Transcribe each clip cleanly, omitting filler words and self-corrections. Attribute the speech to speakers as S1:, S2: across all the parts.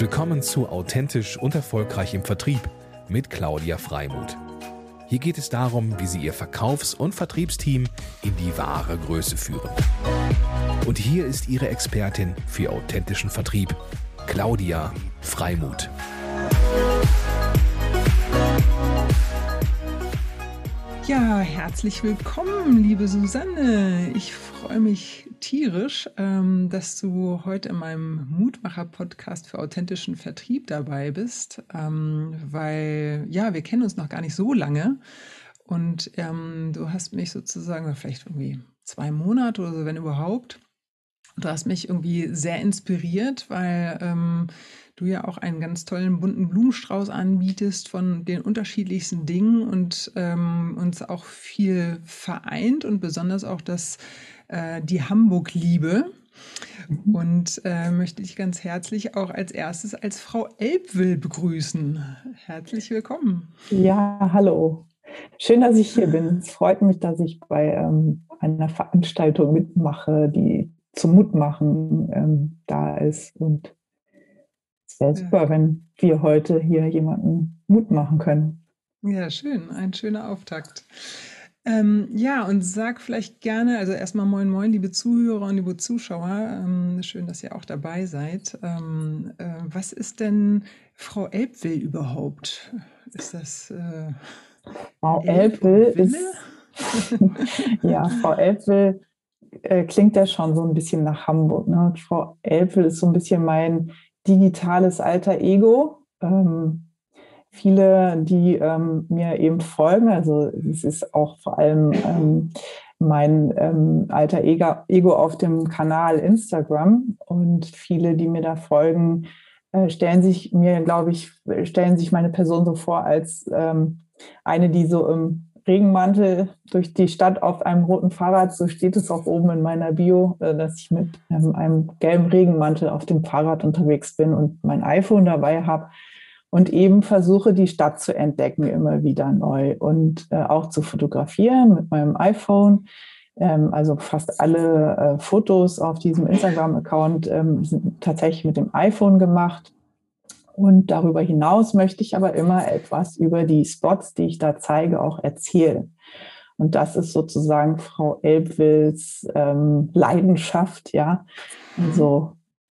S1: Willkommen zu Authentisch und Erfolgreich im Vertrieb mit Claudia Freimuth. Hier geht es darum, wie Sie Ihr Verkaufs- und Vertriebsteam in die wahre Größe führen. Und hier ist Ihre Expertin für authentischen Vertrieb, Claudia Freimuth.
S2: Ja, herzlich willkommen, liebe Susanne. Ich freue mich tierisch, dass du heute in meinem Mutmacher-Podcast für authentischen Vertrieb dabei bist, weil, ja, wir kennen uns noch gar nicht so lange und du hast mich sozusagen, vielleicht irgendwie 2 Monate oder so, wenn überhaupt, du hast mich irgendwie sehr inspiriert, weil du ja auch einen ganz tollen bunten Blumenstrauß anbietest von den unterschiedlichsten Dingen und uns auch viel vereint und besonders auch die Hamburg-Liebe. Und möchte dich ganz herzlich auch als erstes als Frau Elbwill begrüßen. Herzlich willkommen.
S3: Ja, hallo. Schön, dass ich hier bin. Es freut mich, dass ich bei einer Veranstaltung mitmache, die zum Mutmachen da ist. Und es wäre super, wenn wir heute hier jemanden Mut machen können.
S2: Ja, schön. Ein schöner Auftakt. Ja, und sag vielleicht gerne, also erstmal moin moin, liebe Zuhörer und liebe Zuschauer, schön, dass ihr auch dabei seid. Was ist denn Frau Elbwill überhaupt? Ist das
S3: Frau Elbwill ist, ja, Frau Elbwill klingt ja schon so ein bisschen nach Hamburg, ne? Frau Elbwill ist so ein bisschen mein digitales alter Ego. Viele, die mir eben folgen, also es ist auch vor allem mein alter Ego auf dem Kanal Instagram, und viele, die mir da folgen, stellen sich meine Person so vor als eine, die so im Regenmantel durch die Stadt auf einem roten Fahrrad, so steht es auch oben in meiner Bio, dass ich mit einem gelben Regenmantel auf dem Fahrrad unterwegs bin und mein iPhone dabei habe und eben versuche, die Stadt zu entdecken, immer wieder neu und auch zu fotografieren mit meinem iPhone. Also fast alle Fotos auf diesem Instagram-Account sind tatsächlich mit dem iPhone gemacht. Und darüber hinaus möchte ich aber immer etwas über die Spots, die ich da zeige, auch erzählen. Und das ist sozusagen Frau Elbwills Leidenschaft, ja. Also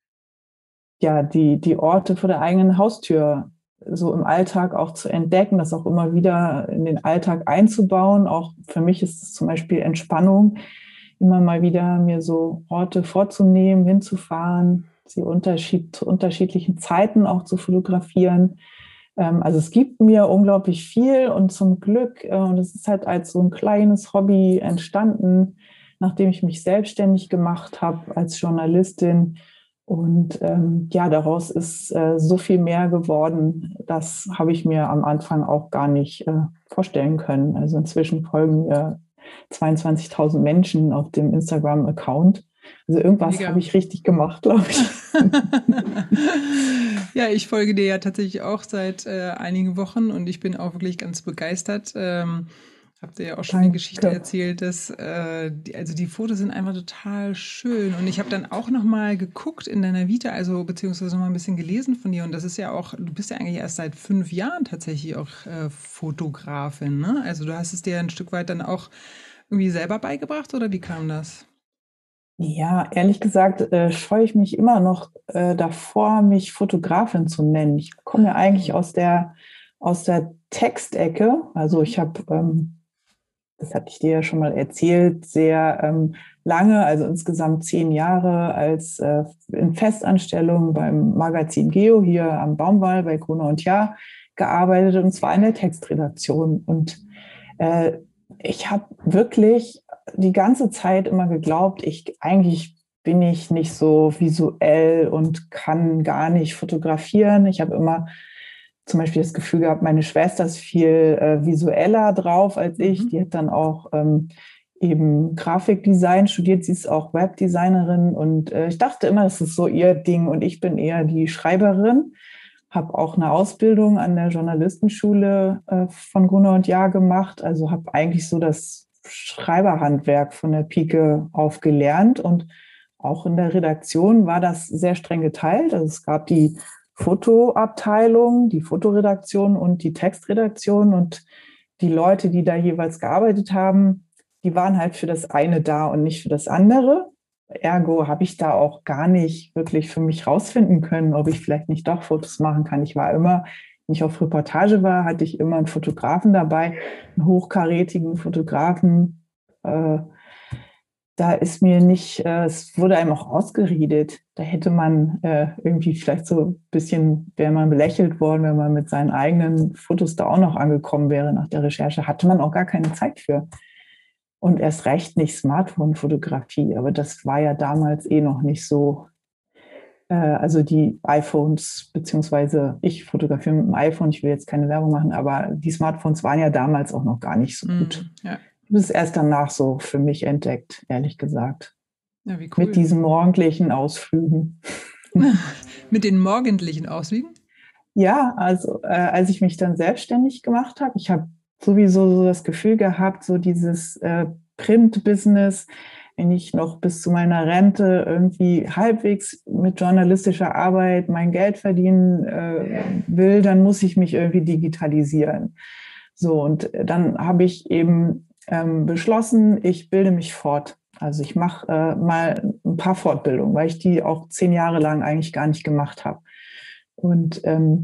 S3: ja, die Orte vor der eigenen Haustür so im Alltag auch zu entdecken, das auch immer wieder in den Alltag einzubauen. Auch für mich ist es zum Beispiel Entspannung, immer mal wieder mir so Orte vorzunehmen, hinzufahren, sie zu unterschiedlichen Zeiten auch zu fotografieren. Also es gibt mir unglaublich viel und zum Glück, und es ist halt als so ein kleines Hobby entstanden, nachdem ich mich selbstständig gemacht habe als Journalistin. Und ja, daraus ist so viel mehr geworden. Das habe ich mir am Anfang auch gar nicht vorstellen können. Also inzwischen folgen mir 22.000 Menschen auf dem Instagram-Account. Also irgendwas habe ich richtig gemacht, glaube ich.
S2: Ja, ich folge dir ja tatsächlich auch seit einigen Wochen und ich bin auch wirklich ganz begeistert. Habt ihr ja auch schon die Geschichte erzählt, dass die Fotos sind einfach total schön. Und ich habe dann auch noch mal geguckt in deiner Vita, also beziehungsweise noch mal ein bisschen gelesen von dir. Und das ist ja auch, du bist ja eigentlich erst seit 5 Jahren tatsächlich auch Fotografin, ne? Also du hast es dir ein Stück weit dann auch irgendwie selber beigebracht oder wie kam das?
S3: Ja, ehrlich gesagt scheue ich mich immer noch davor, mich Fotografin zu nennen. Ich komme ja eigentlich aus der Textecke. Also ich habe das hatte ich dir ja schon mal erzählt, sehr lange, also insgesamt 10 Jahre in Festanstellung beim Magazin Geo hier am Baumwall bei Gruner und Jahr gearbeitet, und zwar in der Textredaktion. Und ich habe wirklich die ganze Zeit immer geglaubt, eigentlich bin ich nicht so visuell und kann gar nicht fotografieren. Ich habe immer zum Beispiel das Gefühl gehabt, meine Schwester ist viel visueller drauf als ich. Die hat dann auch eben Grafikdesign studiert. Sie ist auch Webdesignerin und ich dachte immer, das ist so ihr Ding und ich bin eher die Schreiberin. Habe auch eine Ausbildung an der Journalistenschule von Gruner und Jahr gemacht. Also habe eigentlich so das Schreiberhandwerk von der Pike auf gelernt, und auch in der Redaktion war das sehr streng geteilt. Also es gab die Fotoabteilung, die Fotoredaktion und die Textredaktion, und die Leute, die da jeweils gearbeitet haben, die waren halt für das eine da und nicht für das andere. Ergo habe ich da auch gar nicht wirklich für mich rausfinden können, ob ich vielleicht nicht doch Fotos machen kann. Ich war immer, wenn ich auf Reportage war, hatte ich immer einen Fotografen dabei, einen hochkarätigen Fotografen. Da ist mir nicht, es wurde einem auch ausgeredet. Da hätte man irgendwie vielleicht so ein bisschen, wäre man belächelt worden, wenn man mit seinen eigenen Fotos da auch noch angekommen wäre nach der Recherche. Hatte man auch gar keine Zeit für. Und erst recht nicht Smartphone-Fotografie. Aber das war ja damals noch nicht so. Also die iPhones, beziehungsweise ich fotografiere mit dem iPhone, ich will jetzt keine Werbung machen, aber die Smartphones waren ja damals auch noch gar nicht so gut.
S2: Ja.
S3: Das ist erst danach so für mich entdeckt, ehrlich gesagt.
S2: Ja, wie cool.
S3: Mit diesen morgendlichen Ausflügen.
S2: Mit den morgendlichen Ausflügen?
S3: Ja, also als ich mich dann selbstständig gemacht habe, ich habe sowieso so das Gefühl gehabt, so dieses Print-Business, wenn ich noch bis zu meiner Rente irgendwie halbwegs mit journalistischer Arbeit mein Geld verdienen will, dann muss ich mich irgendwie digitalisieren. So, und dann habe ich eben beschlossen, ich bilde mich fort. Also ich mache mal ein paar Fortbildungen, weil ich die auch 10 Jahre lang eigentlich gar nicht gemacht habe. Und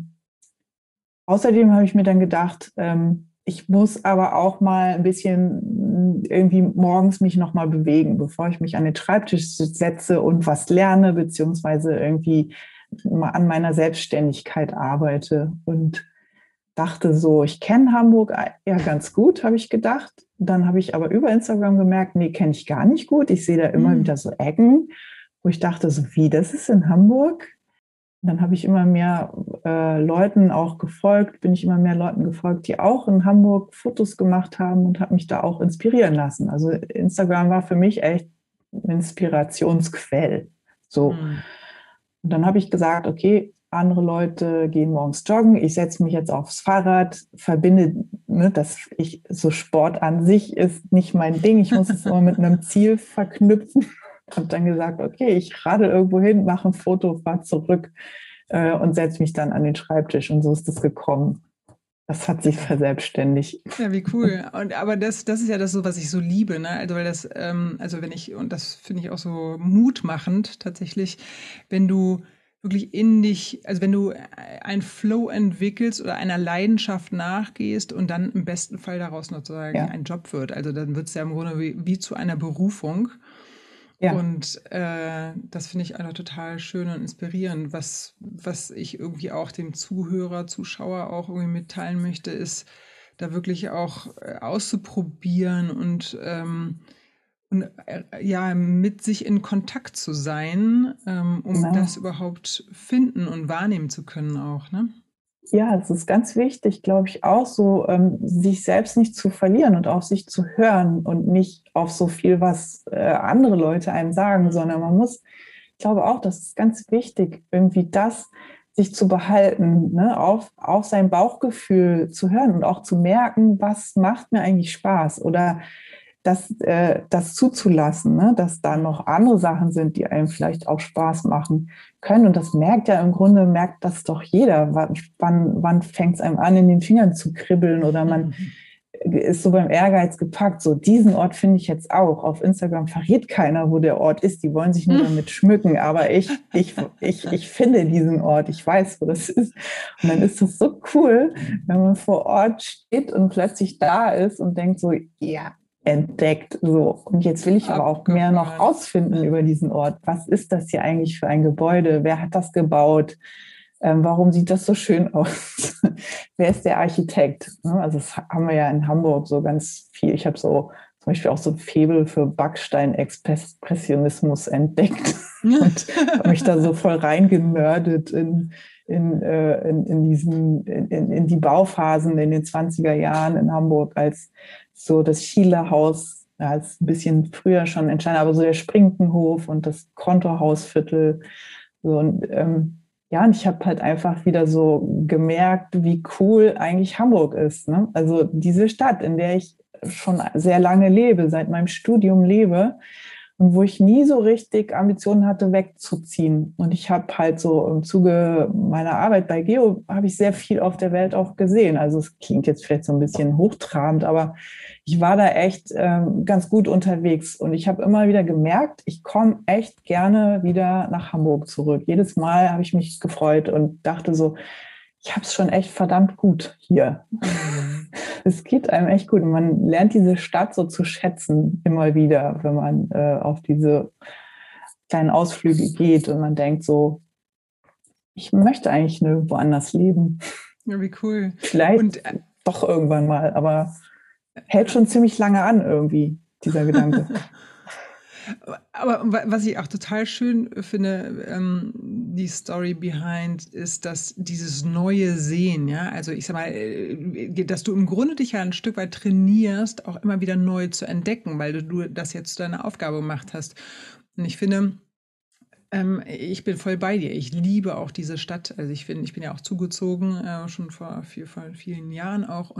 S3: außerdem habe ich mir dann gedacht, ich muss aber auch mal ein bisschen irgendwie morgens mich noch mal bewegen, bevor ich mich an den Schreibtisch setze und was lerne, beziehungsweise irgendwie mal an meiner Selbstständigkeit arbeite. Und dachte so, ich kenne Hamburg ja ganz gut, habe ich gedacht. Dann habe ich aber über Instagram gemerkt, nee, kenne ich gar nicht gut. Ich sehe da immer wieder so Ecken, wo ich dachte, so wie, das ist in Hamburg? Und dann habe ich immer mehr Leuten auch gefolgt, bin ich immer mehr Leuten gefolgt, die auch in Hamburg Fotos gemacht haben, und habe mich da auch inspirieren lassen. Also Instagram war für mich echt ein Inspirationsquell. So. Und dann habe ich gesagt, okay, andere Leute gehen morgens joggen, ich setze mich jetzt aufs Fahrrad, verbinde, so Sport an sich ist nicht mein Ding, ich muss es immer mit einem Ziel verknüpfen. Habe dann gesagt, okay, ich radel irgendwo hin, mache ein Foto, fahre zurück und setze mich dann an den Schreibtisch, und so ist das gekommen. Das hat sich verselbstständigt.
S2: Ja, wie cool. Aber das ist ja das so, was ich so liebe, ne? Also weil das, und das finde ich auch so mutmachend tatsächlich, wenn du wirklich in dich, also wenn du einen Flow entwickelst oder einer Leidenschaft nachgehst und dann im besten Fall daraus sozusagen ein Job wird. Also dann wird es ja im Grunde wie zu einer Berufung. Ja. Und das finde ich einfach total schön und inspirierend. Was ich irgendwie auch dem Zuhörer, Zuschauer auch irgendwie mitteilen möchte, ist, da wirklich auch auszuprobieren und mit sich in Kontakt zu sein, um das überhaupt finden und wahrnehmen zu können auch, ne?
S3: Ja, es ist ganz wichtig, glaube ich, auch so, sich selbst nicht zu verlieren und auf sich zu hören und nicht auf so viel, was andere Leute einem sagen, sondern ich glaube auch, das ist ganz wichtig, irgendwie das sich zu behalten, ne? Auf sein Bauchgefühl zu hören und auch zu merken, was macht mir eigentlich Spaß, oder das zuzulassen, ne? Dass da noch andere Sachen sind, die einem vielleicht auch Spaß machen können. Und das merkt das doch jeder. Wann fängt es einem an, in den Fingern zu kribbeln, oder man ist so beim Ehrgeiz gepackt. So, diesen Ort finde ich jetzt auch. Auf Instagram verrät keiner, wo der Ort ist. Die wollen sich nur damit schmücken. Aber ich finde diesen Ort. Ich weiß, wo das ist. Und dann ist das so cool, wenn man vor Ort steht und plötzlich da ist und denkt so, ja, entdeckt. So. Und jetzt will ich aber auch mehr noch rausfinden über diesen Ort. Was ist das hier eigentlich für ein Gebäude? Wer hat das gebaut? Warum sieht das so schön aus? Wer ist der Architekt? Also das haben wir ja in Hamburg so ganz viel. Ich habe so zum Beispiel auch so ein Faible für Backstein-Expressionismus entdeckt und habe mich da so voll reingenördet in die Bauphasen in den 20er Jahren in Hamburg, als so das Schielehaus, als ein bisschen früher schon entstanden, aber so der Sprinkenhof und das Kontorhausviertel. So, und und ich habe halt einfach wieder so gemerkt, wie cool eigentlich Hamburg ist, ne? Also diese Stadt, in der ich schon sehr lange lebe, seit meinem Studium lebe. und wo ich nie so richtig Ambitionen hatte, wegzuziehen. Und ich habe halt so im Zuge meiner Arbeit bei Geo, habe ich sehr viel auf der Welt auch gesehen. Also es klingt jetzt vielleicht so ein bisschen hochtrabend, aber ich war da echt ganz gut unterwegs. Und ich habe immer wieder gemerkt, ich komme echt gerne wieder nach Hamburg zurück. Jedes Mal habe ich mich gefreut und dachte so, ich habe es schon echt verdammt gut hier. Es geht einem echt gut. Und man lernt diese Stadt so zu schätzen immer wieder, wenn man auf diese kleinen Ausflüge geht und man denkt so, ich möchte eigentlich nirgendwo anders leben.
S2: Ja, wie cool.
S3: Vielleicht
S2: Und
S3: doch irgendwann mal, aber hält schon ziemlich lange an irgendwie, dieser Gedanke.
S2: Aber was ich auch total schön finde, die Story behind, ist, dass dieses neue Sehen, ja, also ich sag mal, dass du im Grunde dich ja ein Stück weit trainierst, auch immer wieder neu zu entdecken, weil du das jetzt zu deiner Aufgabe gemacht hast. Und ich finde, ich bin voll bei dir. Ich liebe auch diese Stadt. Also ich bin ja auch zugezogen, schon vor vielen Jahren auch.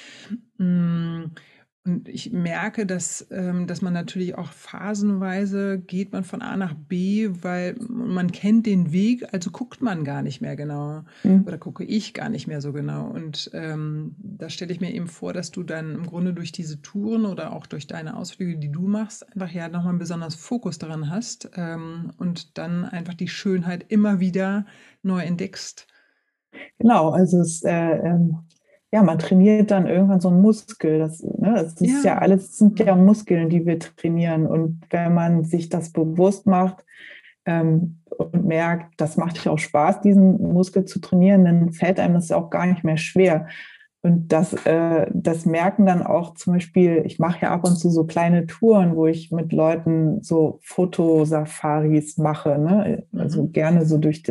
S2: Und ich merke, dass man natürlich auch phasenweise geht man von A nach B, weil man kennt den Weg, also guckt man gar nicht mehr genau oder gucke ich gar nicht mehr so genau. Und da stelle ich mir eben vor, dass du dann im Grunde durch diese Touren oder auch durch deine Ausflüge, die du machst, einfach ja nochmal einen besonders Fokus daran hast und dann einfach die Schönheit immer wieder neu entdeckst.
S3: Genau, also ja, man trainiert dann irgendwann so einen Muskel. Das ist ja alles, sind ja Muskeln, die wir trainieren. Und wenn man sich das bewusst macht und merkt, das macht ja auch Spaß, diesen Muskel zu trainieren, dann fällt einem das ja auch gar nicht mehr schwer. Und das merken dann auch zum Beispiel, ich mache ja ab und zu so kleine Touren, wo ich mit Leuten so Fotosafaris mache, ne? Also gerne so durch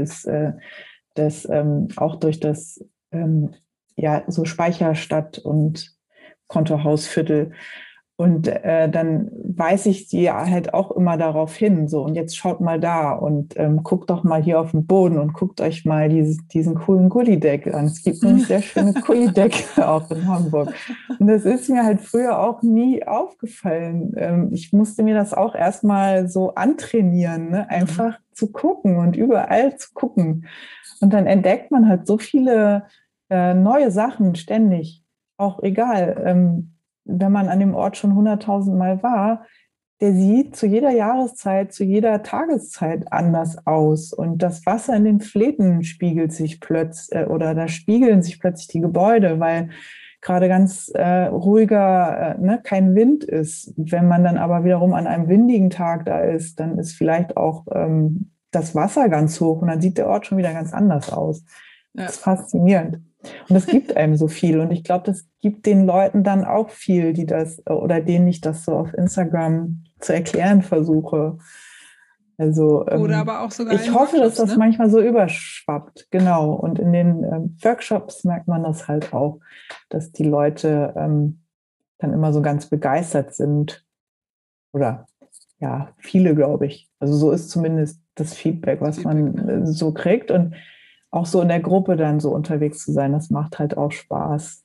S3: auch durch das ja, so Speicherstadt und Kontohausviertel. Und dann weise ich die halt auch immer darauf hin, so, und jetzt schaut mal da und guckt doch mal hier auf den Boden und guckt euch mal diesen coolen Gullideckel an. Es gibt nämlich sehr schöne Gullideckel auch in Hamburg. Und das ist mir halt früher auch nie aufgefallen. Ich musste mir das auch erstmal so antrainieren, ne? Einfach zu gucken und überall zu gucken. Und dann entdeckt man halt so viele neue Sachen ständig. Auch egal, wenn man an dem Ort schon 100.000 Mal war, der sieht zu jeder Jahreszeit, zu jeder Tageszeit anders aus. Und das Wasser in den Fleten spiegelt sich plötzlich, oder da spiegeln sich plötzlich die Gebäude, weil gerade ganz ruhiger, ne, kein Wind ist. Wenn man dann aber wiederum an einem windigen Tag da ist, dann ist vielleicht auch das Wasser ganz hoch und dann sieht der Ort schon wieder ganz anders aus. Ja. Das ist faszinierend. Und das gibt einem so viel. Und ich glaube, das gibt den Leuten dann auch viel, die das, oder denen ich das so auf Instagram zu erklären versuche. Also
S2: oder aber auch sogar
S3: ich hoffe, dass das manchmal so überschwappt. Genau. Und in den Workshops merkt man das halt auch, dass die Leute dann immer so ganz begeistert sind. Oder ja, viele, glaube ich. Also so ist zumindest das Feedback, was man so kriegt. Und auch so in der Gruppe dann so unterwegs zu sein, das macht halt auch Spaß.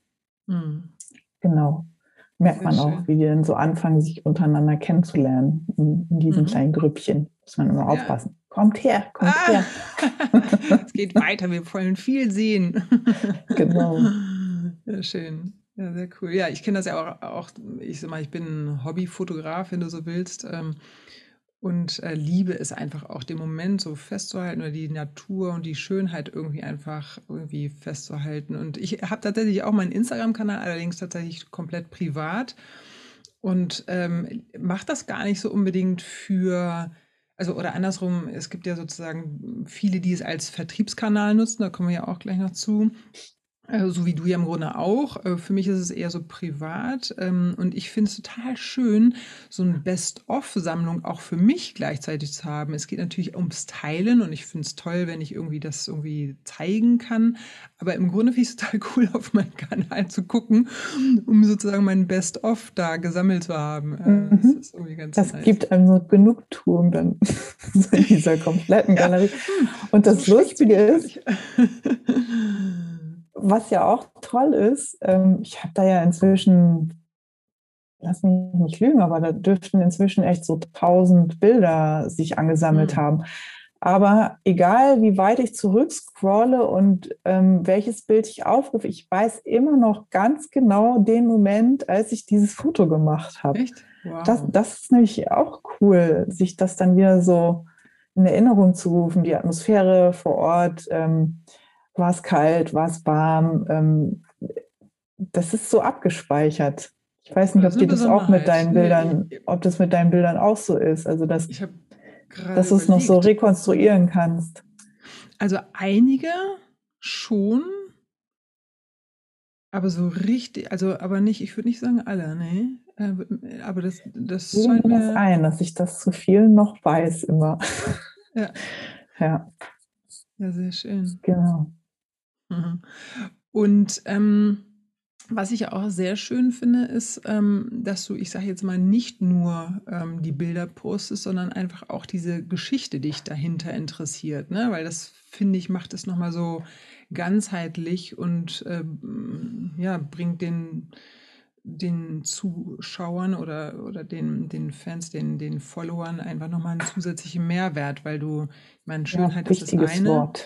S3: Genau. Merkt man auch, wie die dann so anfangen, sich untereinander kennenzulernen in diesen kleinen Grüppchen. Muss man immer aufpassen. Kommt her, kommt her.
S2: Es geht weiter, wir wollen viel sehen.
S3: Genau.
S2: Ja, schön. Ja, sehr cool. Ja, ich kenne das ja auch, ich sag mal, ich bin Hobbyfotograf, wenn du so willst. Und liebe es einfach auch, den Moment so festzuhalten oder die Natur und die Schönheit irgendwie festzuhalten. Und ich habe tatsächlich auch meinen Instagram-Kanal, allerdings tatsächlich komplett privat und mache das gar nicht so unbedingt oder andersrum, es gibt ja sozusagen viele, die es als Vertriebskanal nutzen, da kommen wir ja auch gleich noch zu. So wie du ja im Grunde auch. Für mich ist es eher so privat. Und ich finde es total schön, so eine Best-of-Sammlung auch für mich gleichzeitig zu haben. Es geht natürlich ums Teilen und ich finde es toll, wenn ich das irgendwie zeigen kann. Aber im Grunde finde ich es total cool, auf meinen Kanal zu gucken, um sozusagen mein Best-of da gesammelt zu haben. Das ist irgendwie ganz
S3: nice. Gibt einem so Genugtuung dann in dieser kompletten Galerie. Und das so Lustige ist, was ja auch toll ist, ich habe da ja inzwischen lass mich nicht lügen, aber da dürften inzwischen echt so 1000 Bilder sich angesammelt haben. Aber egal, wie weit ich zurückscrolle und welches Bild ich aufrufe, ich weiß immer noch ganz genau den Moment, als ich dieses Foto gemacht habe.
S2: Echt? Wow.
S3: Das ist nämlich auch cool, sich das dann wieder so in Erinnerung zu rufen, die Atmosphäre vor Ort. War es kalt, war es warm? Das ist so abgespeichert. Ich weiß nicht, ob dir das auch mit deinen Bildern, ob das mit deinen Bildern auch so ist. Also dass du es noch so rekonstruieren kannst.
S2: Also einige schon, aber so richtig, also aber nicht, ich würde nicht sagen alle, nee. Aber das
S3: scheint mir das ein, dass ich das zu viel noch weiß immer.
S2: Ja.
S3: Ja.
S2: Ja, sehr schön.
S3: Genau.
S2: Und was ich auch sehr schön finde, ist, dass du, ich sage jetzt mal, nicht nur die Bilder postest, sondern einfach auch diese Geschichte dich dahinter interessiert, ne? Weil das, finde ich, macht es nochmal so ganzheitlich und ja, bringt den Zuschauern oder den Fans, den Followern einfach nochmal einen zusätzlichen Mehrwert, weil du, ich meine, Schönheit ist das eine.
S3: Wort.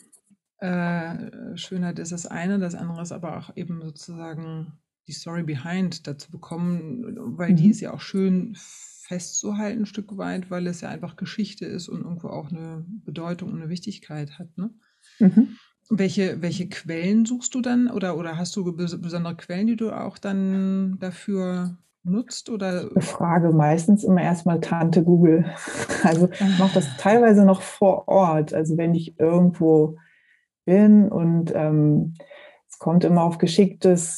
S2: Schönheit ist das eine, das andere ist aber auch eben sozusagen die Story behind dazu bekommen, weil die ist ja auch schön festzuhalten ein Stück weit, weil es ja einfach Geschichte ist und irgendwo auch eine Bedeutung und eine Wichtigkeit hat, ne? Welche Quellen suchst du dann oder hast du besondere Quellen, die du auch dann dafür nutzt? Oder?
S3: Ich frage meistens immer erstmal Tante Google. Also ich mache das teilweise noch vor Ort. Also wenn ich irgendwo bin und es kommt immer auf geschicktes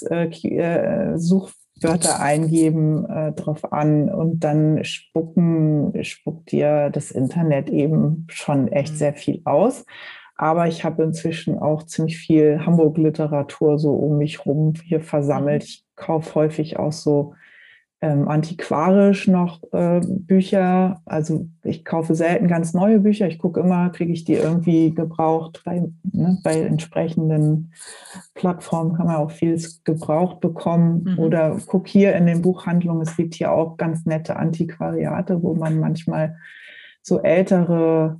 S3: Suchwörter eingeben drauf an und dann spuckt dir das Internet eben schon echt sehr viel aus. Aber ich habe inzwischen auch ziemlich viel Hamburg-Literatur so um mich rum hier versammelt. Ich kaufe häufig auch so antiquarisch noch Bücher. Also ich kaufe selten ganz neue Bücher. Ich gucke immer, kriege ich die irgendwie gebraucht. Bei entsprechenden Plattformen kann man auch vieles gebraucht bekommen. Oder gucke hier in den Buchhandlungen. Es gibt hier auch ganz nette Antiquariate, wo man manchmal so ältere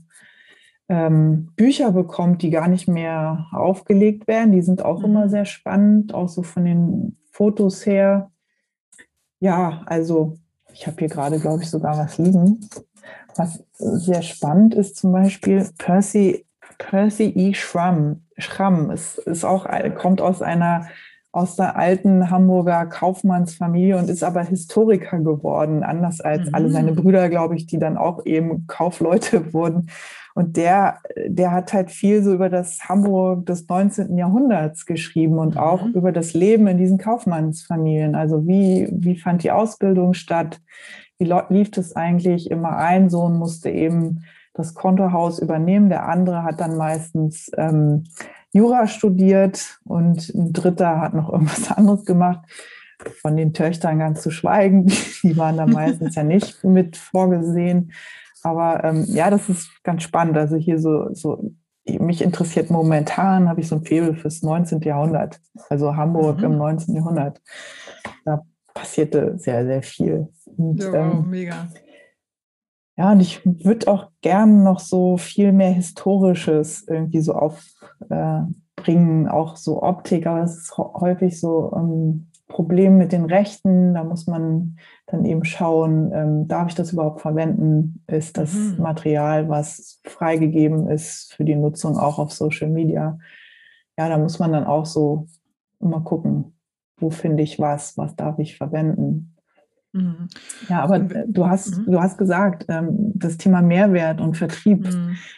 S3: Bücher bekommt, die gar nicht mehr aufgelegt werden. Die sind auch immer sehr spannend, auch so von den Fotos her. Ja, also ich habe hier gerade, glaube ich, sogar was liegen. Was sehr spannend ist, zum Beispiel Percy E. Schramm. Es ist auch, kommt aus der alten Hamburger Kaufmannsfamilie und ist aber Historiker geworden, anders als alle seine Brüder, glaube ich, die dann auch eben Kaufleute wurden. Und der hat halt viel so über das Hamburg des 19. Jahrhunderts geschrieben und auch über das Leben in diesen Kaufmannsfamilien. Also wie fand die Ausbildung statt? Wie lief das eigentlich immer ein? Sohn musste eben das Kontohaus übernehmen. Der andere hat dann meistens Jura studiert und ein dritter hat noch irgendwas anderes gemacht. Von den Töchtern ganz zu schweigen. Die waren da meistens ja nicht mit vorgesehen. Aber ja, das ist ganz spannend. Also hier so mich interessiert momentan, habe ich so ein Faible fürs 19. Jahrhundert. Also Hamburg im 19. Jahrhundert. Da passierte sehr, sehr viel. Und,
S2: ja, wow, mega.
S3: Ja, und ich würde auch gern noch so viel mehr Historisches irgendwie so aufbringen, auch so Optik, aber das ist häufig so ein Problem mit den Rechten. Da muss man dann eben schauen, darf ich das überhaupt verwenden? Ist das Material, was freigegeben ist für die Nutzung auch auf Social Media? Ja, da muss man dann auch so immer gucken, wo finde ich was darf ich verwenden? Ja, aber du hast gesagt, das Thema Mehrwert und Vertrieb,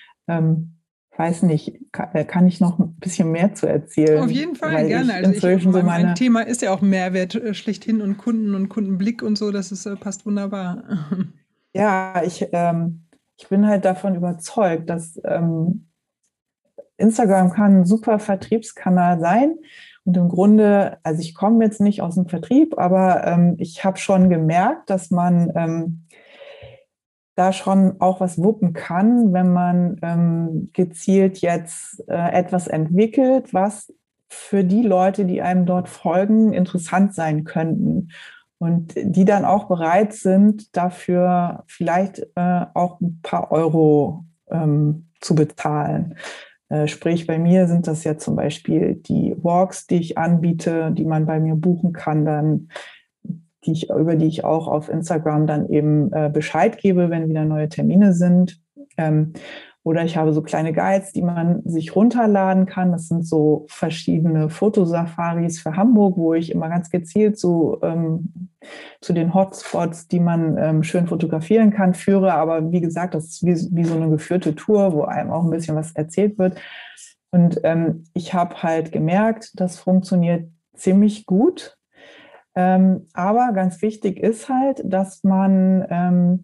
S3: weiß nicht, kann ich noch ein bisschen mehr zu erzählen?
S2: Auf jeden Fall, gerne. Also mein Thema ist ja auch Mehrwert schlechthin und Kunden und Kundenblick und so, das passt wunderbar.
S3: Ja, ich bin halt davon überzeugt, dass Instagram kann ein super Vertriebskanal sein. Und im Grunde, also ich komme jetzt nicht aus dem Vertrieb, aber ich habe schon gemerkt, dass man da schon auch was wuppen kann, wenn man gezielt jetzt etwas entwickelt, was für die Leute, die einem dort folgen, interessant sein könnten. und die dann auch bereit sind, dafür vielleicht auch ein paar Euro zu bezahlen. Sprich, bei mir sind das ja zum Beispiel die Walks, die ich anbiete, die man bei mir buchen kann, dann über die ich auch auf Instagram dann eben Bescheid gebe, wenn wieder neue Termine sind. Oder ich habe so kleine Guides, die man sich runterladen kann. Das sind so verschiedene Fotosafaris für Hamburg, wo ich immer ganz gezielt zu den Hotspots, die man schön fotografieren kann, führe. Aber wie gesagt, das ist wie so eine geführte Tour, wo einem auch ein bisschen was erzählt wird. Und ich habe halt gemerkt, das funktioniert ziemlich gut. Aber ganz wichtig ist halt, dass man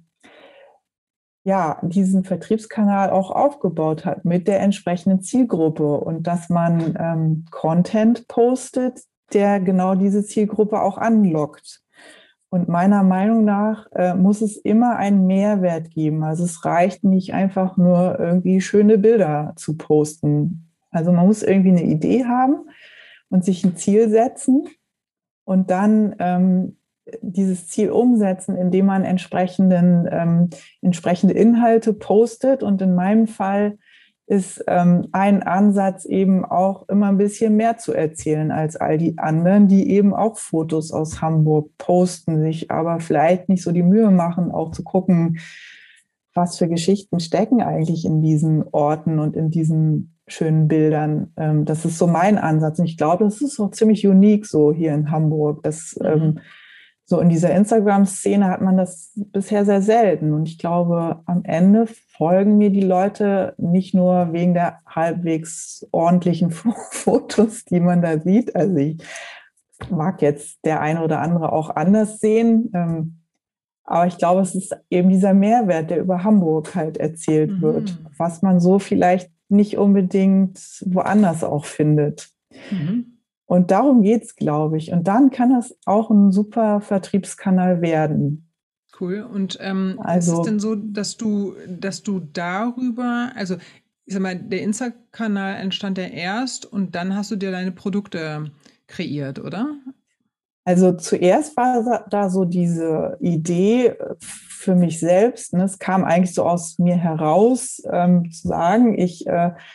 S3: diesen Vertriebskanal auch aufgebaut hat mit der entsprechenden Zielgruppe und dass man Content postet, der genau diese Zielgruppe auch anlockt. Und meiner Meinung nach muss es immer einen Mehrwert geben. Also es reicht nicht einfach nur irgendwie schöne Bilder zu posten. Also man muss irgendwie eine Idee haben und sich ein Ziel setzen und dann dieses Ziel umsetzen, indem man entsprechende Inhalte postet. Und in meinem Fall ist ein Ansatz eben auch immer ein bisschen mehr zu erzählen als all die anderen, die eben auch Fotos aus Hamburg posten, sich aber vielleicht nicht so die Mühe machen, auch zu gucken, was für Geschichten stecken eigentlich in diesen Orten und in diesen schönen Bildern. Das ist so mein Ansatz. Und ich glaube, das ist auch ziemlich unique so hier in Hamburg. So in dieser Instagram-Szene hat man das bisher sehr selten. Und ich glaube, am Ende folgen mir die Leute nicht nur wegen der halbwegs ordentlichen Fotos, die man da sieht. Also ich mag jetzt der eine oder andere auch anders sehen. Aber ich glaube, es ist eben dieser Mehrwert, der über Hamburg halt erzählt wird, was man so vielleicht nicht unbedingt woanders auch findet. Und darum geht es, glaube ich. Und dann kann das auch ein super Vertriebskanal werden.
S2: Cool. Und ist es denn so, dass du darüber, also ich sag mal, der Insta-Kanal entstand ja erst und dann hast du dir deine Produkte kreiert, oder?
S3: Also zuerst war da so diese Idee für mich selbst. Ne? Es kam eigentlich so aus mir heraus, zu sagen, ich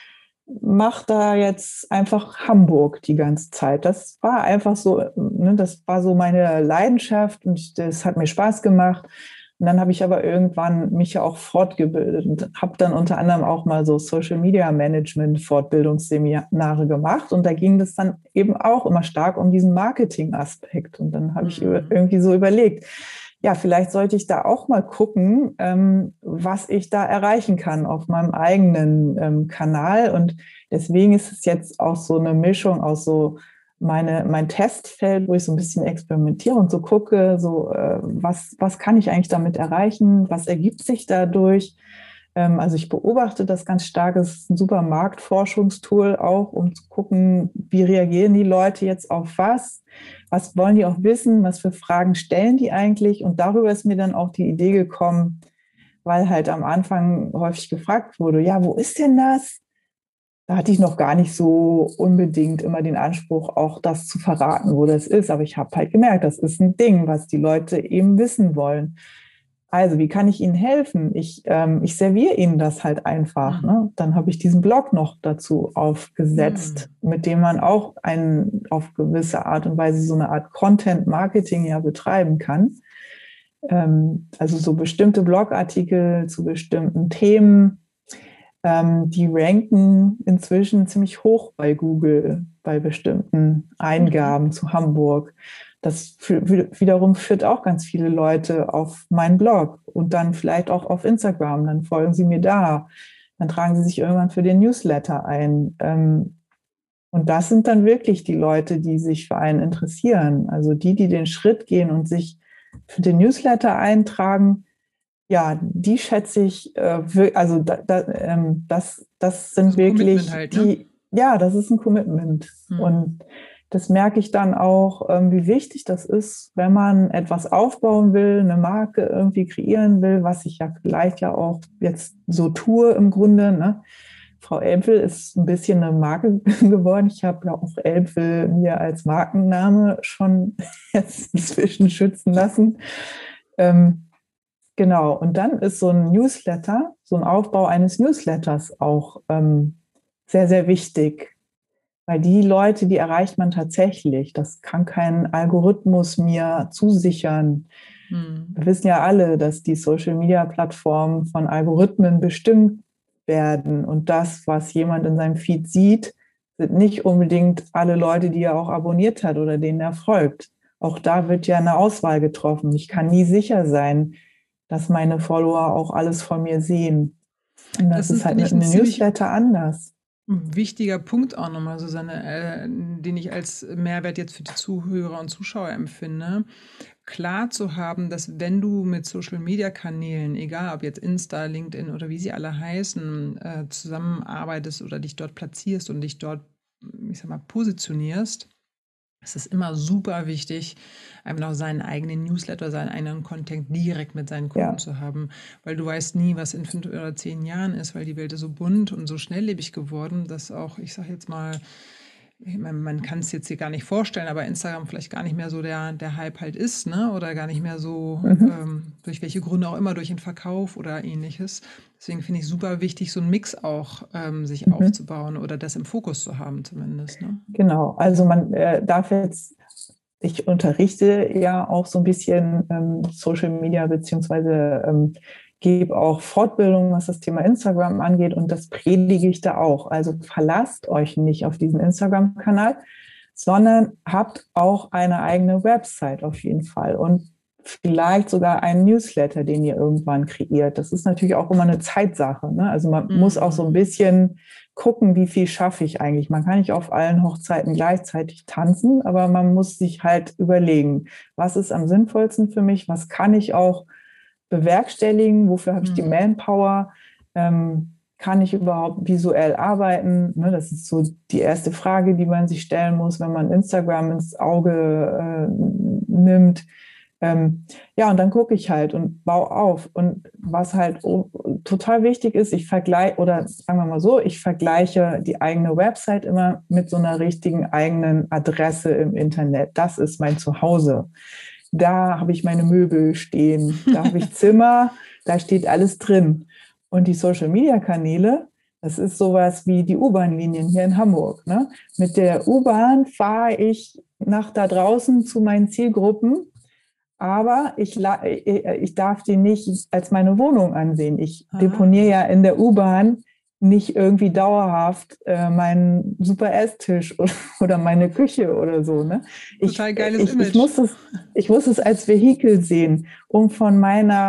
S3: mache da jetzt einfach Hamburg die ganze Zeit. Das war einfach so, ne? Das war so meine Leidenschaft und das hat mir Spaß gemacht. Und dann habe ich aber irgendwann mich ja auch fortgebildet und habe dann unter anderem auch mal so Social Media Management Fortbildungsseminare gemacht. Und da ging das dann eben auch immer stark um diesen Marketing-Aspekt. Und dann habe ich irgendwie so überlegt, ja, vielleicht sollte ich da auch mal gucken, was ich da erreichen kann auf meinem eigenen Kanal. Und deswegen ist es jetzt auch so eine Mischung aus so mein Testfeld, wo ich so ein bisschen experimentiere und so gucke, so was kann ich eigentlich damit erreichen, was ergibt sich dadurch. Also ich beobachte das ganz stark, es ist ein super Marktforschungstool auch, um zu gucken, wie reagieren die Leute jetzt auf was wollen die auch wissen, was für Fragen stellen die eigentlich. Und darüber ist mir dann auch die Idee gekommen, weil halt am Anfang häufig gefragt wurde, ja, wo ist denn das? Da hatte ich noch gar nicht so unbedingt immer den Anspruch, auch das zu verraten, wo das ist. Aber ich habe halt gemerkt, das ist ein Ding, was die Leute eben wissen wollen. Also, wie kann ich Ihnen helfen? Ich serviere Ihnen das halt einfach. Ne? Dann habe ich diesen Blog noch dazu aufgesetzt, mit dem man auch auf gewisse Art und Weise so eine Art Content-Marketing ja betreiben kann. Also so bestimmte Blogartikel zu bestimmten Themen, die ranken inzwischen ziemlich hoch bei Google, bei bestimmten Eingaben zu Hamburg. Das wiederum führt auch ganz viele Leute auf meinen Blog und dann vielleicht auch auf Instagram. Dann folgen sie mir da. Dann tragen sie sich irgendwann für den Newsletter ein. Und das sind dann wirklich die Leute, die sich für einen interessieren. Also die den Schritt gehen und sich für den Newsletter eintragen, ja, die schätze ich, also das sind wirklich
S2: halt, ne?
S3: Ja, das ist ein Commitment. Und das merke ich dann auch, wie wichtig das ist, wenn man etwas aufbauen will, eine Marke irgendwie kreieren will, was ich ja vielleicht ja auch jetzt so tue im Grunde, ne? Frau Elbwill ist ein bisschen eine Marke geworden. Ich habe ja auch Elbwill mir als Markenname schon jetzt inzwischen schützen lassen. Genau, und dann ist so ein Newsletter, so ein Aufbau eines Newsletters auch sehr, sehr wichtig. Weil die Leute, die erreicht man tatsächlich. Das kann kein Algorithmus mir zusichern. Wir wissen ja alle, dass die Social-Media-Plattformen von Algorithmen bestimmt werden. Und das, was jemand in seinem Feed sieht, sind nicht unbedingt alle Leute, die er auch abonniert hat oder denen er folgt. Auch da wird ja eine Auswahl getroffen. Ich kann nie sicher sein, dass meine Follower auch alles von mir sehen. Und das ist halt mit einem Newsletter anders.
S2: Ein wichtiger Punkt auch nochmal, Susanne, den ich als Mehrwert jetzt für die Zuhörer und Zuschauer empfinde, klar zu haben, dass wenn du mit Social-Media-Kanälen, egal ob jetzt Insta, LinkedIn oder wie sie alle heißen, zusammenarbeitest oder dich dort platzierst und dich dort, ich sag mal, positionierst, es ist immer super wichtig, einfach auch seinen eigenen Newsletter, seinen eigenen Content direkt mit seinen Kunden zu haben, weil du weißt nie, was in 5 oder 10 Jahren ist, weil die Welt ist so bunt und so schnelllebig geworden, dass auch, ich sage jetzt mal, man kann es jetzt hier gar nicht vorstellen, aber Instagram vielleicht gar nicht mehr so der Hype halt ist, ne? Oder gar nicht mehr so, durch welche Gründe auch immer, durch den Verkauf oder ähnliches. Deswegen finde ich super wichtig, so einen Mix auch sich aufzubauen oder das im Fokus zu haben zumindest. Ne?
S3: Genau, also man darf jetzt, ich unterrichte ja auch so ein bisschen Social Media beziehungsweise gebe auch Fortbildung, was das Thema Instagram angeht, und das predige ich da auch. Also verlasst euch nicht auf diesen Instagram-Kanal, sondern habt auch eine eigene Website auf jeden Fall und vielleicht sogar einen Newsletter, den ihr irgendwann kreiert. Das ist natürlich auch immer eine Zeitsache, ne? Also man muss auch so ein bisschen gucken, wie viel schaffe ich eigentlich. Man kann nicht auf allen Hochzeiten gleichzeitig tanzen, aber man muss sich halt überlegen, was ist am sinnvollsten für mich, was kann ich auch bewerkstelligen, wofür habe ich die Manpower, kann ich überhaupt visuell arbeiten? Ne, das ist so die erste Frage, die man sich stellen muss, wenn man Instagram ins Auge nimmt. Ja, und dann gucke ich halt und baue auf. Und was halt total wichtig ist, ich vergleiche, oder sagen wir mal so, ich vergleiche die eigene Website immer mit so einer richtigen eigenen Adresse im Internet. Das ist mein Zuhause. Da habe ich meine Möbel stehen, da habe ich Zimmer, da steht alles drin. Und die Social-Media-Kanäle, das ist sowas wie die U-Bahn-Linien hier in Hamburg. Ne? Mit der U-Bahn fahre ich nach da draußen zu meinen Zielgruppen, aber ich darf die nicht als meine Wohnung ansehen. Ich deponiere ja in der U-Bahn nicht irgendwie dauerhaft meinen super Esstisch oder meine Küche oder so. Ne?
S2: Total geiles Image.
S3: Ich muss es als Vehikel sehen, um von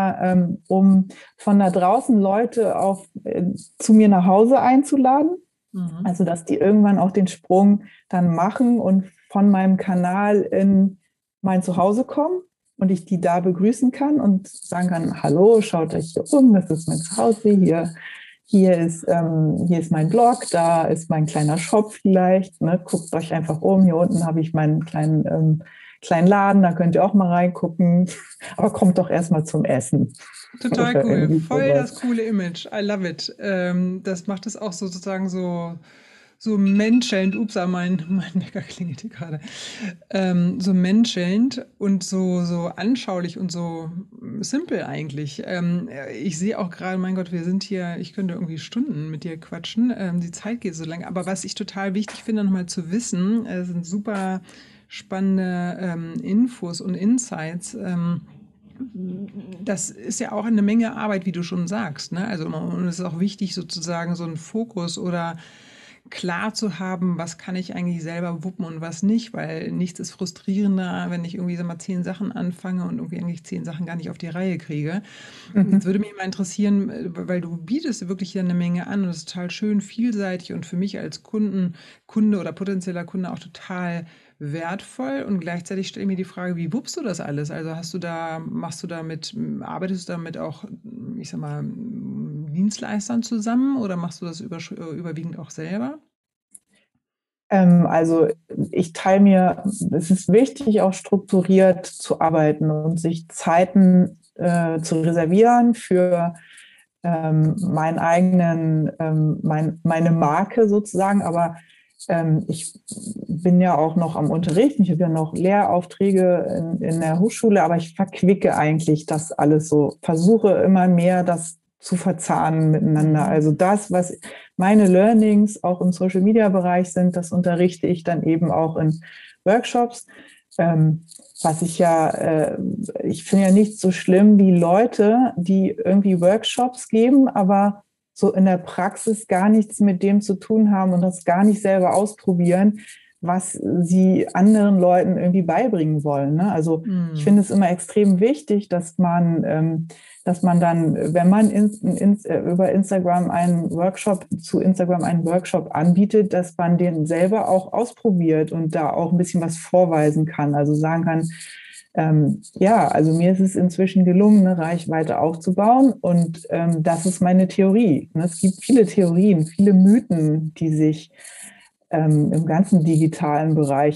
S3: da draußen Leute zu mir nach Hause einzuladen. Also, dass die irgendwann auch den Sprung dann machen und von meinem Kanal in mein Zuhause kommen und ich die da begrüßen kann und sagen kann, hallo, schaut euch hier um, das ist mein Zuhause, hier ist mein Blog, da ist mein kleiner Shop vielleicht. Ne? Guckt euch einfach um. Hier unten habe ich meinen kleinen Laden, da könnt ihr auch mal reingucken. Aber kommt doch erstmal zum Essen.
S2: Total cool. Voll das coole Image. I love it. Das macht es auch sozusagen so menschelnd, mein Wecker klingelt hier gerade, so menschelnd und so anschaulich und so simpel eigentlich. Ich sehe auch gerade, mein Gott, wir sind hier, ich könnte irgendwie Stunden mit dir quatschen, die Zeit geht so lang, aber was ich total wichtig finde, nochmal zu wissen, sind super spannende Infos und Insights, das ist ja auch eine Menge Arbeit, wie du schon sagst, ne? Also und es ist auch wichtig, sozusagen so einen Fokus oder klar zu haben, was kann ich eigentlich selber wuppen und was nicht, weil nichts ist frustrierender, wenn ich irgendwie, sag mal, 10 Sachen anfange und irgendwie eigentlich 10 Sachen gar nicht auf die Reihe kriege. Jetzt würde mich mal interessieren, weil du bietest wirklich eine Menge an und das ist total schön, vielseitig und für mich als Kunde oder potenzieller Kunde auch total wertvoll und gleichzeitig stelle ich mir die Frage, wie wuppst du das alles? Also arbeitest du damit auch, ich sag mal, Dienstleistern zusammen oder machst du das überwiegend auch selber?
S3: Also ich teile mir, es ist wichtig, auch strukturiert zu arbeiten und sich Zeiten zu reservieren für meine Marke sozusagen, aber ich bin ja auch noch am Unterrichten, ich habe ja noch Lehraufträge in der Hochschule, aber ich verquicke eigentlich das alles so, versuche immer mehr das zu verzahnen miteinander. Also das, was meine Learnings auch im Social-Media-Bereich sind, das unterrichte ich dann eben auch in Workshops. Ich finde ja nicht so schlimm wie Leute, die irgendwie Workshops geben, aber so in der Praxis gar nichts mit dem zu tun haben und das gar nicht selber ausprobieren, was sie anderen Leuten irgendwie beibringen wollen. Ne? Also ich finde es immer extrem wichtig, dass man dann, wenn man über Instagram einen Workshop anbietet, dass man den selber auch ausprobiert und da auch ein bisschen was vorweisen kann. Also sagen kann, also mir ist es inzwischen gelungen, eine Reichweite aufzubauen und das ist meine Theorie. Es gibt viele Theorien, viele Mythen, die sich im ganzen digitalen Bereich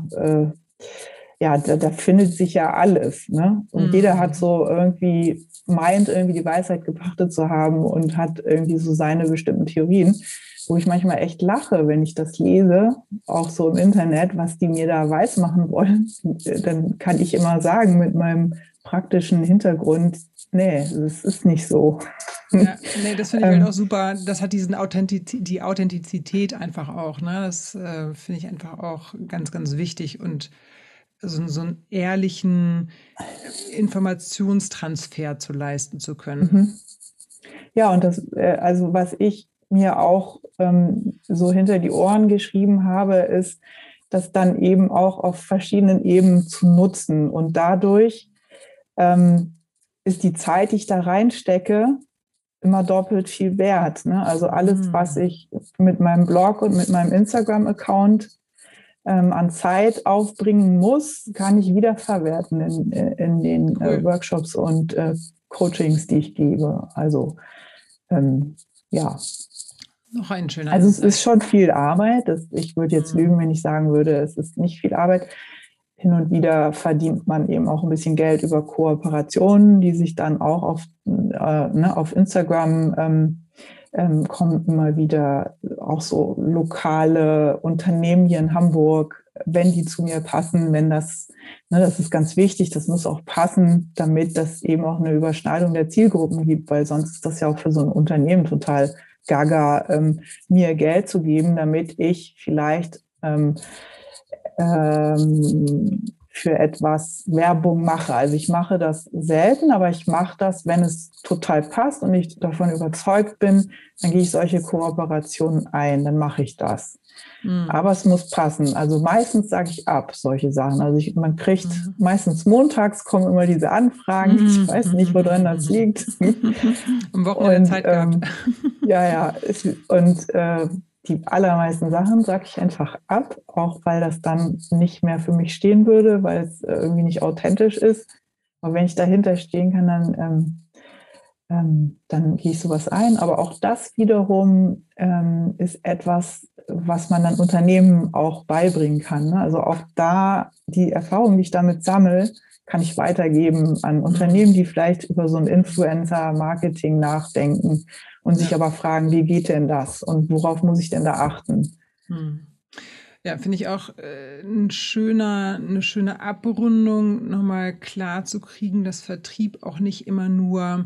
S3: da findet sich ja alles. Ne? Und jeder hat so meint irgendwie die Weisheit gepachtet zu haben und hat irgendwie so seine bestimmten Theorien, wo ich manchmal echt lache, wenn ich das lese, auch so im Internet, was die mir da weismachen wollen. Dann kann ich immer sagen mit meinem praktischen Hintergrund, nee, das ist nicht so.
S2: Ja, nee, das finde ich halt auch super. Das hat die Authentizität einfach auch. Ne? Das finde ich einfach auch ganz, ganz wichtig und so einen ehrlichen Informationstransfer zu leisten zu können.
S3: Ja, und das, also was ich mir auch so hinter die Ohren geschrieben habe, ist, das dann eben auch auf verschiedenen Ebenen zu nutzen. Und dadurch ist die Zeit, die ich da reinstecke, immer doppelt viel wert. Ne? Also alles, was ich mit meinem Blog und mit meinem Instagram-Account an Zeit aufbringen muss, kann ich wiederverwerten in den Workshops und Coachings, die ich gebe. Also
S2: Noch ein schöner
S3: Also es ist schon viel Arbeit. Ich würde jetzt lügen, wenn ich sagen würde, es ist nicht viel Arbeit. Hin und wieder verdient man eben auch ein bisschen Geld über Kooperationen, die sich dann auch auf Instagram kommen immer wieder auch so lokale Unternehmen hier in Hamburg, wenn die zu mir passen, das ist ganz wichtig, das muss auch passen, damit das eben auch eine Überschneidung der Zielgruppen gibt, weil sonst ist das ja auch für so ein Unternehmen total gaga, mir Geld zu geben, damit ich vielleicht für etwas Werbung mache. Also ich mache das selten, aber ich mache das, wenn es total passt und ich davon überzeugt bin, dann gehe ich solche Kooperationen ein, dann mache ich das. Aber es muss passen. Also meistens sage ich ab, solche Sachen. Also man kriegt meistens montags kommen immer diese Anfragen. Ich weiß nicht, woran das liegt.
S2: Am Wochenende Zeit gehabt.
S3: Die allermeisten Sachen sage ich einfach ab, auch weil das dann nicht mehr für mich stehen würde, weil es irgendwie nicht authentisch ist. Aber wenn ich dahinter stehen kann, dann gehe ich sowas ein. Aber auch das wiederum ist etwas, was man dann Unternehmen auch beibringen kann. Ne? Also auch da die Erfahrung, die ich damit sammle, kann ich weitergeben an Unternehmen, die vielleicht über so ein Influencer-Marketing nachdenken und sich aber fragen, wie geht denn das und worauf muss ich denn da achten?
S2: Ja, finde ich auch eine schöne Abrundung, nochmal klar zu kriegen, dass Vertrieb auch nicht immer nur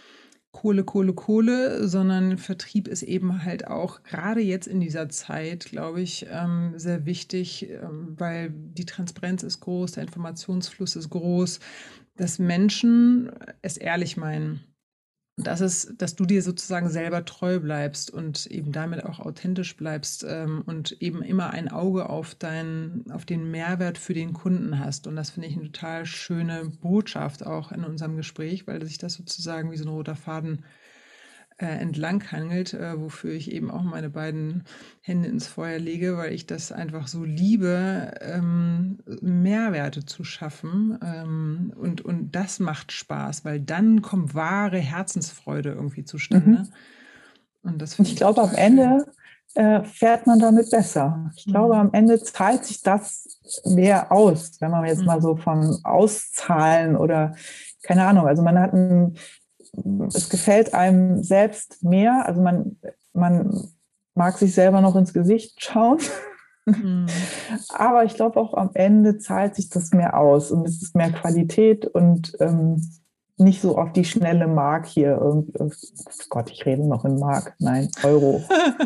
S2: Kohle, sondern Vertrieb ist eben halt auch gerade jetzt in dieser Zeit, glaube ich, sehr wichtig, weil die Transparenz ist groß, der Informationsfluss ist groß, dass Menschen es ehrlich meinen. Und das ist, dass du dir sozusagen selber treu bleibst und eben damit auch authentisch bleibst und eben immer ein Auge auf den Mehrwert für den Kunden hast. Und das finde ich eine total schöne Botschaft auch in unserem Gespräch, weil sich das sozusagen wie so ein roter Faden entlang hangelt, wofür ich eben auch meine beiden Hände ins Feuer lege, weil ich das einfach so liebe, Mehrwerte zu schaffen. Und das macht Spaß, weil dann kommt wahre Herzensfreude irgendwie zustande. Und das
S3: ich glaube, am Ende fährt man damit besser. Ich glaube, am Ende zahlt sich das mehr aus, wenn man jetzt mal so von Auszahlen oder keine Ahnung, also man hat es gefällt einem selbst mehr. Also man mag sich selber noch ins Gesicht schauen. Aber ich glaube auch am Ende zahlt sich das mehr aus und es ist mehr Qualität und nicht so auf die schnelle Mark hier. Oh Gott, ich rede noch in Mark. Nein, Euro.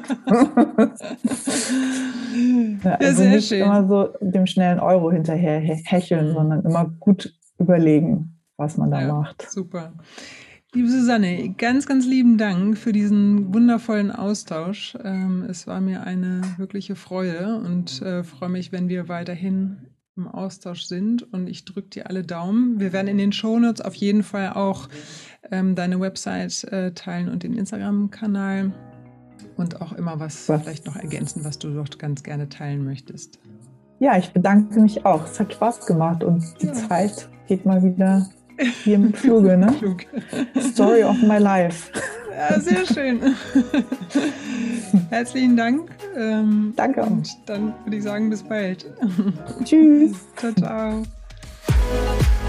S3: Ja, also nicht schön. Immer so dem schnellen Euro hinterher hecheln, sondern immer gut überlegen, was man da macht.
S2: Super. Liebe Susanne, ganz, ganz lieben Dank für diesen wundervollen Austausch. Es war mir eine wirkliche Freude und freue mich, wenn wir weiterhin im Austausch sind. Und ich drücke dir alle Daumen. Wir werden in den Shownotes auf jeden Fall auch deine Website teilen und den Instagram-Kanal und auch immer was vielleicht noch ergänzen, was du doch ganz gerne teilen möchtest.
S3: Ja, ich bedanke mich auch. Es hat Spaß gemacht und die Zeit geht mal wieder hier im Fluge, ne? Story of my life.
S2: Ja, sehr schön. Herzlichen Dank.
S3: Danke auch.
S2: Und dann würde ich sagen, bis bald.
S3: Tschüss.
S2: Ciao, ciao.